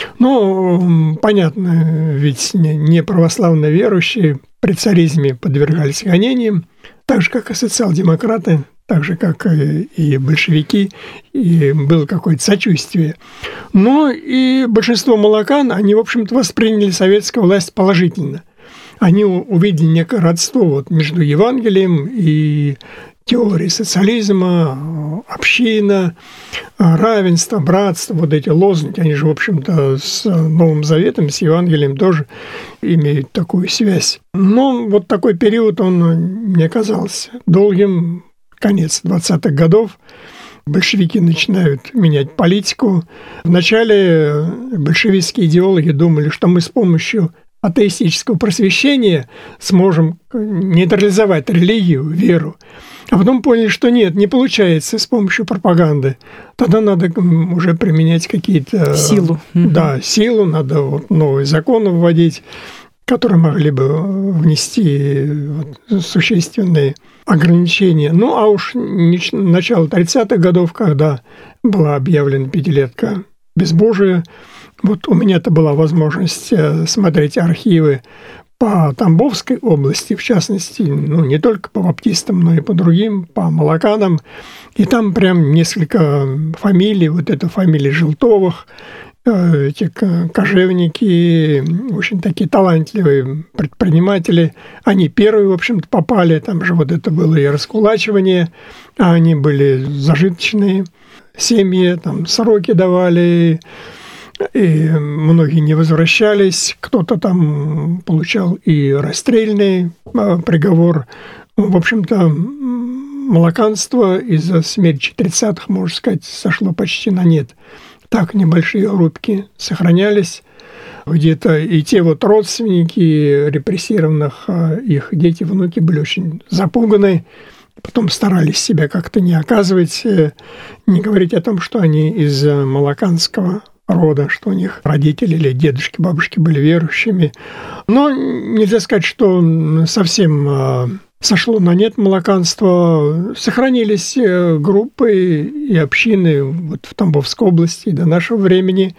Но, понятно, ведь неправославно верующие при царизме подвергались гонениям, так же, как и социал-демократы, так же, как и большевики, и было какое-то сочувствие. Но и большинство молокан, они, в общем-то, восприняли советскую власть положительно. Они увидели некое родство вот между Евангелием и теорией социализма, община, равенство, братство, вот эти лозунги, они же, в общем-то, с Новым Заветом, с Евангелием тоже имеют такую связь. Но вот такой период, он не оказался долгим. Конец двадцатых годов, большевики начинают менять политику. Вначале большевистские идеологи думали, что мы с помощью атеистического просвещения сможем нейтрализовать религию, веру. А потом поняли, что нет, не получается с помощью пропаганды. Тогда надо уже применять какие-то... Силу. Да, силу, надо вот новые законы вводить, которые могли бы внести вот существенные ограничения. Ну, а уж начало тридцатых годов, когда была объявлена пятилетка безбожия, вот у меня-то была возможность смотреть архивы по Тамбовской области, в частности, ну, не только по баптистам, но и по другим, по молоканам. И там прям несколько фамилий, вот это фамилия Желтовых, эти кожевники, очень такие талантливые предприниматели, они первые, в общем-то, попали, там же вот это было и раскулачивание, а они были зажиточные семьи, там сроки давали, и многие не возвращались, кто-то там получал и расстрельный приговор. В общем-то, молоканство из-за смерти тридцатых, можно сказать, сошло почти на нет. Так небольшие рубки сохранялись. Где-то и те вот родственники репрессированных, их дети, внуки были очень запуганы. Потом старались себя как-то не оказывать, не говорить о том, что они из молоканского рода, что у них родители или дедушки, бабушки были верующими. Но нельзя сказать, что совсем сошло на нет молоканство. Сохранились группы и общины вот в Тамбовской области до нашего времени,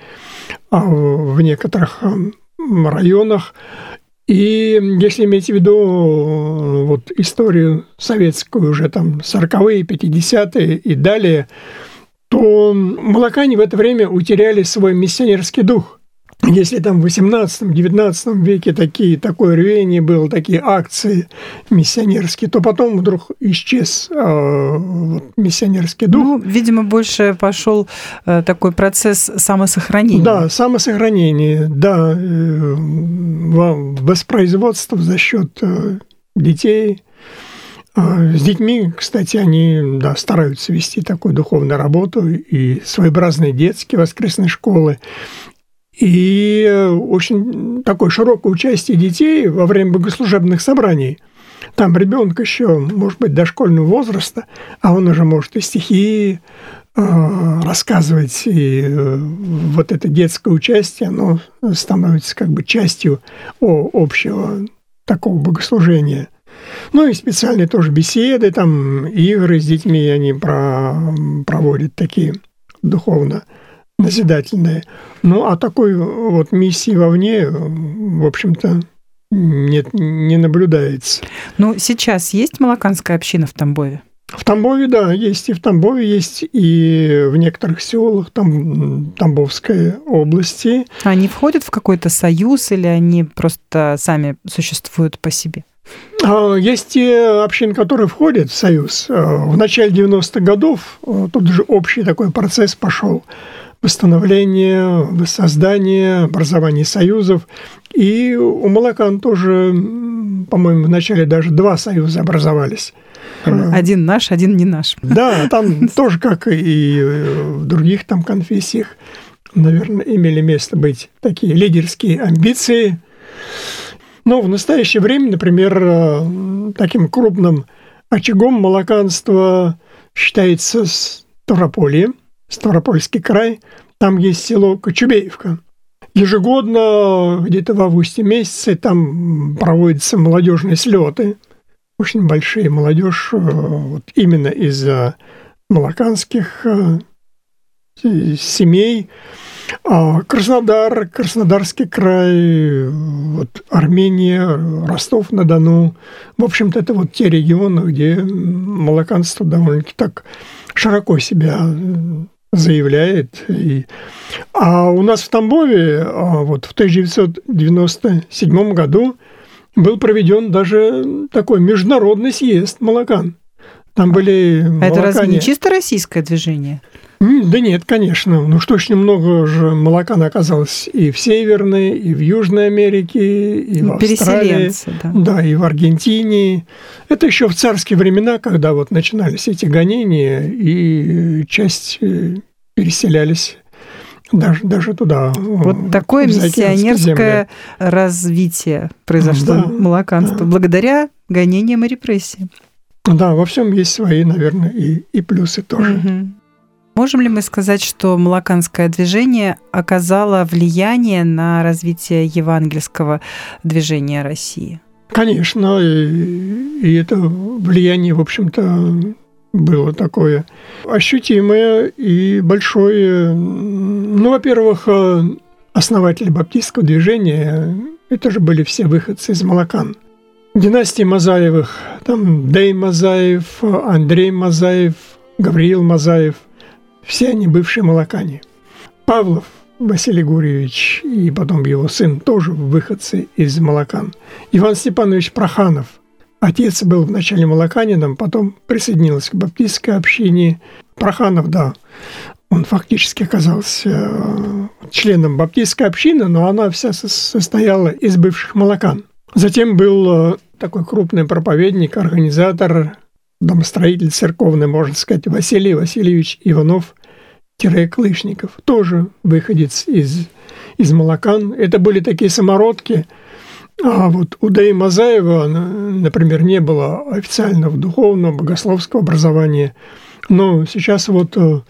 в некоторых районах. И если иметь в виду вот историю советскую, уже там сороковые, пятидесятые и далее, то молокане в это время утеряли свой миссионерский дух. Если там в восемнадцатом-девятнадцатом веке такие, такое рвение было, такие акции миссионерские, то потом вдруг исчез э, вот, миссионерский дух. Ну, видимо, больше пошел э, такой процесс самосохранения. Да, самосохранение, да, э, воспроизводство за счет э, детей. Э, с детьми, кстати, они да, стараются вести такую духовную работу, и своеобразные детские воскресные школы. И очень такое широкое участие детей во время богослужебных собраний. Там ребенок еще, может быть, дошкольного возраста, а он уже может и стихи э, рассказывать, и э, вот это детское участие, оно становится как бы частью о, общего такого богослужения. Ну и специальные тоже беседы, там игры с детьми они про, проводят такие духовно назидательные. Ну, а такой вот миссии вовне, в общем-то, нет, не наблюдается. Ну, сейчас есть молоканская община в Тамбове? В Тамбове, да, есть и в Тамбове, есть и в некоторых селах там, Тамбовской области. Они входят в какой-то союз или они просто сами существуют по себе? Есть те общины, которые входят в союз. В начале девяностых годов тут же общий такой процесс пошел. Восстановление, воссоздание, образование союзов. И у молокан тоже, по-моему, вначале даже два союза образовались. Один наш, один не наш. Да, там тоже, как и в других там конфессиях, наверное, имели место быть такие лидерские амбиции. Но в настоящее время, например, таким крупным очагом молоканства считается Ставрополье, Ставропольский край. Там есть село Кочубеевка. Ежегодно, где-то в августе месяце, там проводятся молодежные слеты. Очень большие молодежь вот именно из молоканских семей. Краснодар, Краснодарский край, вот Армения, Ростов-на-Дону. В общем-то, это вот те регионы, где молоканство довольно-таки так широко себя заявляет. И... А у нас в Тамбове вот в тысяча девятьсот девяносто седьмом году был проведен даже такой международный съезд молокан. Там были молокане... Это разве не чисто российское движение? Да нет, конечно. Ну что ж, немного же молокан оказалось и в Северной, и в Южной Америке, и в Австралии. Да. да, и в Аргентине. Это еще в царские времена, когда вот начинались эти гонения, и часть переселялись даже, даже туда. Вот такое миссионерское развитие произошло да, молоканства да. благодаря гонениям и репрессиям. Да, во всем есть свои, наверное, и, и плюсы тоже. Угу. Можем ли мы сказать, что молоканское движение оказало влияние на развитие евангельского движения России? Конечно, и, и это влияние, в общем-то, было такое ощутимое и большое. Ну, во-первых, основатели баптистского движения, это же были все выходцы из молокан. Династии Мазаевых, там Дей Мазаев, Андрей Мазаев, Гавриил Мазаев, все они бывшие молокане. Павлов Василий Гурьевич и потом его сын тоже выходцы из молокан. Иван Степанович Проханов, отец был вначале молоканином, потом присоединился к баптистской общине. Проханов, да, он фактически оказался членом баптистской общины, но она вся состояла из бывших молокан. Затем был такой крупный проповедник, организатор, домостроитель церковный, можно сказать, Василий Васильевич Иванов-Клышников, тоже выходец из, из молокан. Это были такие самородки. А вот у Деи Мазаева, например, не было официального духовного, богословского образования. Но сейчас вот в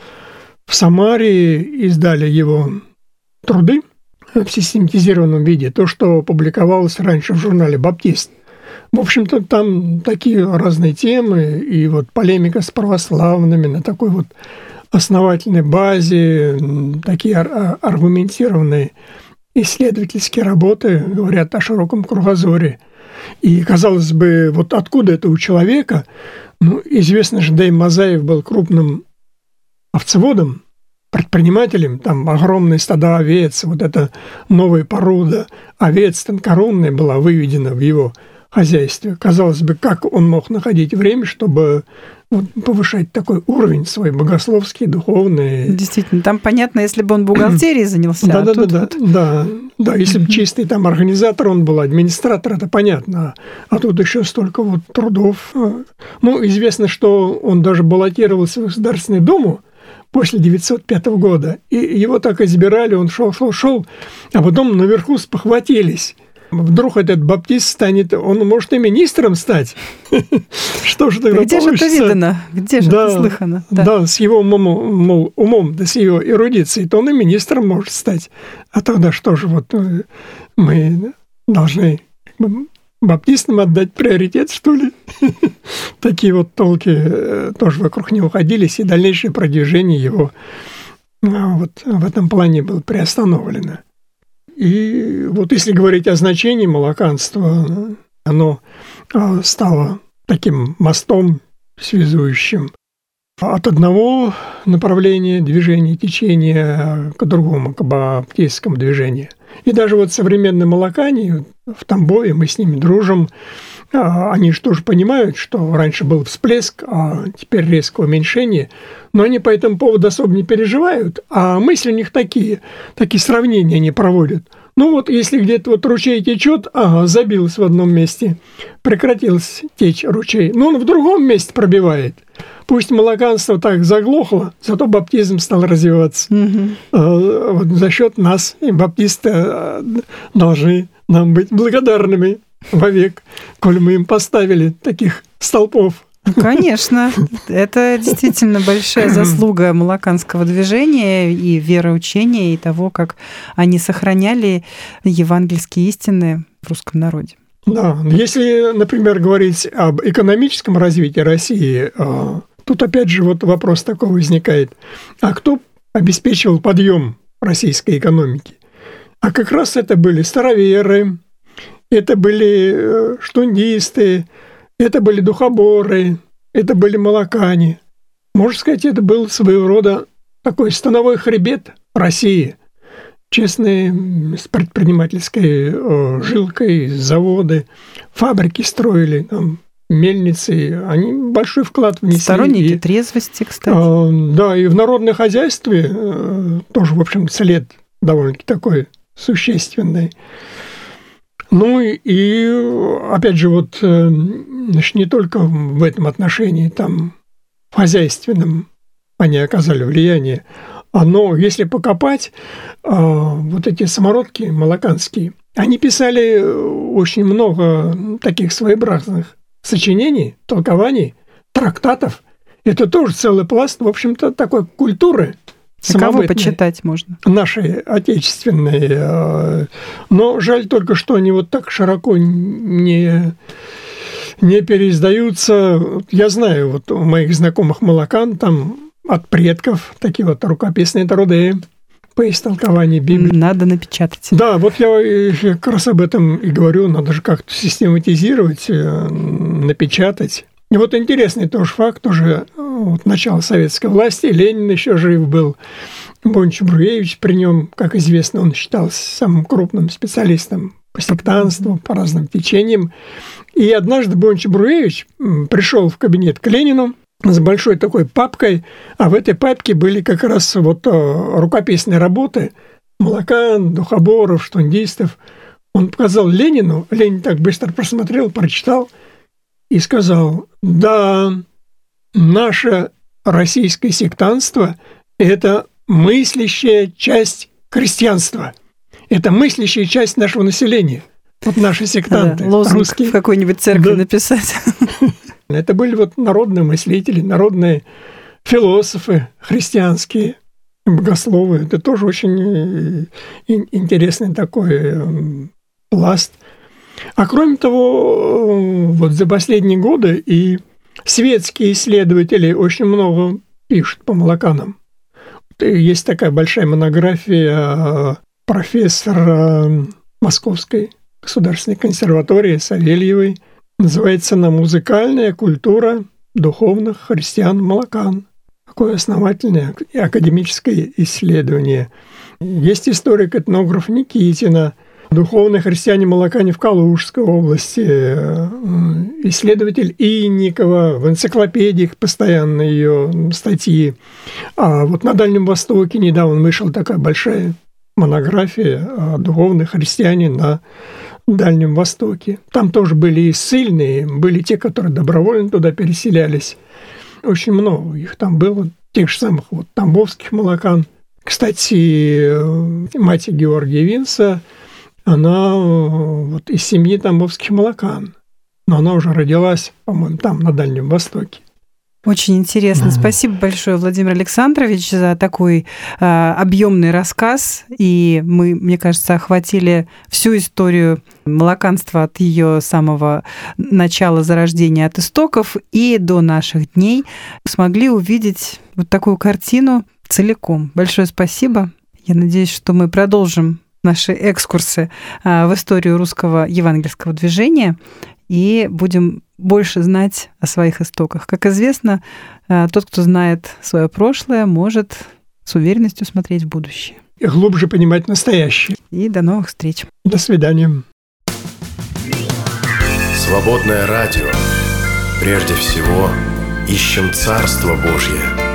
Самаре издали его труды в систематизированном виде, то, что публиковалось раньше в журнале «Баптист». В общем-то, там такие разные темы, и вот полемика с православными на такой вот основательной базе, такие аргументированные исследовательские работы говорят о широком кругозоре. И, казалось бы, вот откуда это у человека? Ну, известно же, Дей Мазаев был крупным овцеводом, предпринимателем, там огромные стада овец, вот эта новая порода овец тонкорунная была выведена в его хозяйстве. Казалось бы, как он мог находить время, чтобы вот, повышать такой уровень свой богословский, духовный. Действительно, там понятно, если бы он бухгалтерией занялся. Да, да, да, да, да, да, если бы чистый там организатор он был, администратор, это понятно. А тут еще столько вот трудов. Ну, известно, что он даже баллотировался в Государственную Думу после девятьсот пятого года. И его так избирали, он шел, шел, шел, а потом наверху спохватились. Вдруг этот баптист станет, он может и министром стать. Что же тогда получится? Где же это видано? Где же это слыхано? Да, с его умом, умом, да с его эрудицией, то он и министром может стать. А тогда что же, вот мы должны баптистам отдать приоритет, что ли? Такие вот толки тоже вокруг него ходились, и дальнейшее продвижение его вот в этом плане было приостановлено. И вот если говорить о значении молоканства, оно стало таким мостом, связующим от одного направления движения, течения к другому, к баптистскому движению. И даже вот современные молокане в Тамбове, мы с ними дружим, они же тоже понимают, что раньше был всплеск, а теперь резкое уменьшение, но они по этому поводу особо не переживают, а мысли у них такие, такие сравнения они проводят. Ну вот, если где-то вот ручей течет, ага, забилось в одном месте, прекратилась течь ручей, но он в другом месте пробивает. Пусть молоканство так заглохло, зато баптизм стал развиваться. Mm-hmm. Вот за счет нас, и баптисты должны нам быть благодарными вовек, коль мы им поставили таких столпов. Конечно, это действительно большая заслуга молоканского движения и вероучения, и того, как они сохраняли евангельские истины в русском народе. Да, если, например, говорить об экономическом развитии России, тут опять же вот вопрос такой возникает. А кто обеспечивал подъем российской экономики? А как раз это были староверы, это были штундисты, это были духоборы, это были молокане. Можно сказать, это был своего рода такой становой хребет России. Честные, с предпринимательской жилкой, заводы, фабрики строили, там, мельницы. Они большой вклад внесли. Сторонники и, трезвости, кстати. Э, да, и в народном хозяйстве э, тоже, в общем, след довольно-таки такой существенный. Ну и, опять же, вот, значит, не только в этом отношении, там, в хозяйственном они оказали влияние, но если покопать, вот эти самородки молоканские, они писали очень много таких своеобразных сочинений, толкований, трактатов. Это тоже целый пласт, в общем-то, такой культуры. А кого почитать можно? Наши отечественные. Но жаль только, что они вот так широко не, не переиздаются. Я знаю, вот у моих знакомых молокан там от предков такие вот рукописные труды по истолкованию Библии. Надо напечатать. Да, вот я как раз об этом и говорю. Надо же как-то систематизировать, напечатать. И вот интересный тоже факт, тоже вот начало советской власти, Ленин еще жив был, Бонч-Бруевич при нем, как известно, он считался самым крупным специалистом по сектантству, по разным течениям. И однажды Бонч-Бруевич пришел в кабинет к Ленину с большой такой папкой, а в этой папке были как раз вот рукописные работы молокан, духоборов, штундистов. Он показал Ленину, Ленин так быстро просмотрел, прочитал, и сказал: да, наше российское сектантство – это мыслящая часть крестьянства. Это мыслящая часть нашего населения. Вот наши сектанты. Да, лозунг русские. В какой-нибудь церкви да. написать. Это были вот народные мыслители, народные философы христианские, богословы. Это тоже очень интересный такой пласт. А кроме того, вот за последние годы и светские исследователи очень много пишут по молоканам. Есть такая большая монография профессора Московской государственной консерватории Савельевой. Называется она «Музыкальная культура духовных христиан молокан». Такое основательное и академическое исследование. Есть историк-этнограф Никитина, духовные христиане молокане в Калужской области, исследователь Инникова, в энциклопедиях постоянно ее статьи. А вот на Дальнем Востоке недавно вышла такая большая монография о духовных христиане на Дальнем Востоке. Там тоже были и ссыльные, были те, которые добровольно туда переселялись. Очень много их там было, тех же самых вот тамбовских молокан. Кстати, мать Георгия Винца она вот из семьи тамбовских молокан. Но она уже родилась, по-моему, там, на Дальнем Востоке. Очень интересно. Mm. Спасибо большое, Владимир Александрович, за такой э, объемный рассказ. И мы, мне кажется, охватили всю историю молоканства от ее самого начала зарождения, от истоков и до наших дней. Смогли увидеть вот такую картину целиком. Большое спасибо. Я надеюсь, что мы продолжим наши экскурсы э, в историю русского евангельского движения и будем больше знать о своих истоках. Как известно, тот, кто знает свое прошлое, может с уверенностью смотреть в будущее. И глубже понимать настоящее. И до новых встреч. До свидания. Свободное радио. Прежде всего, ищем Царство Божье.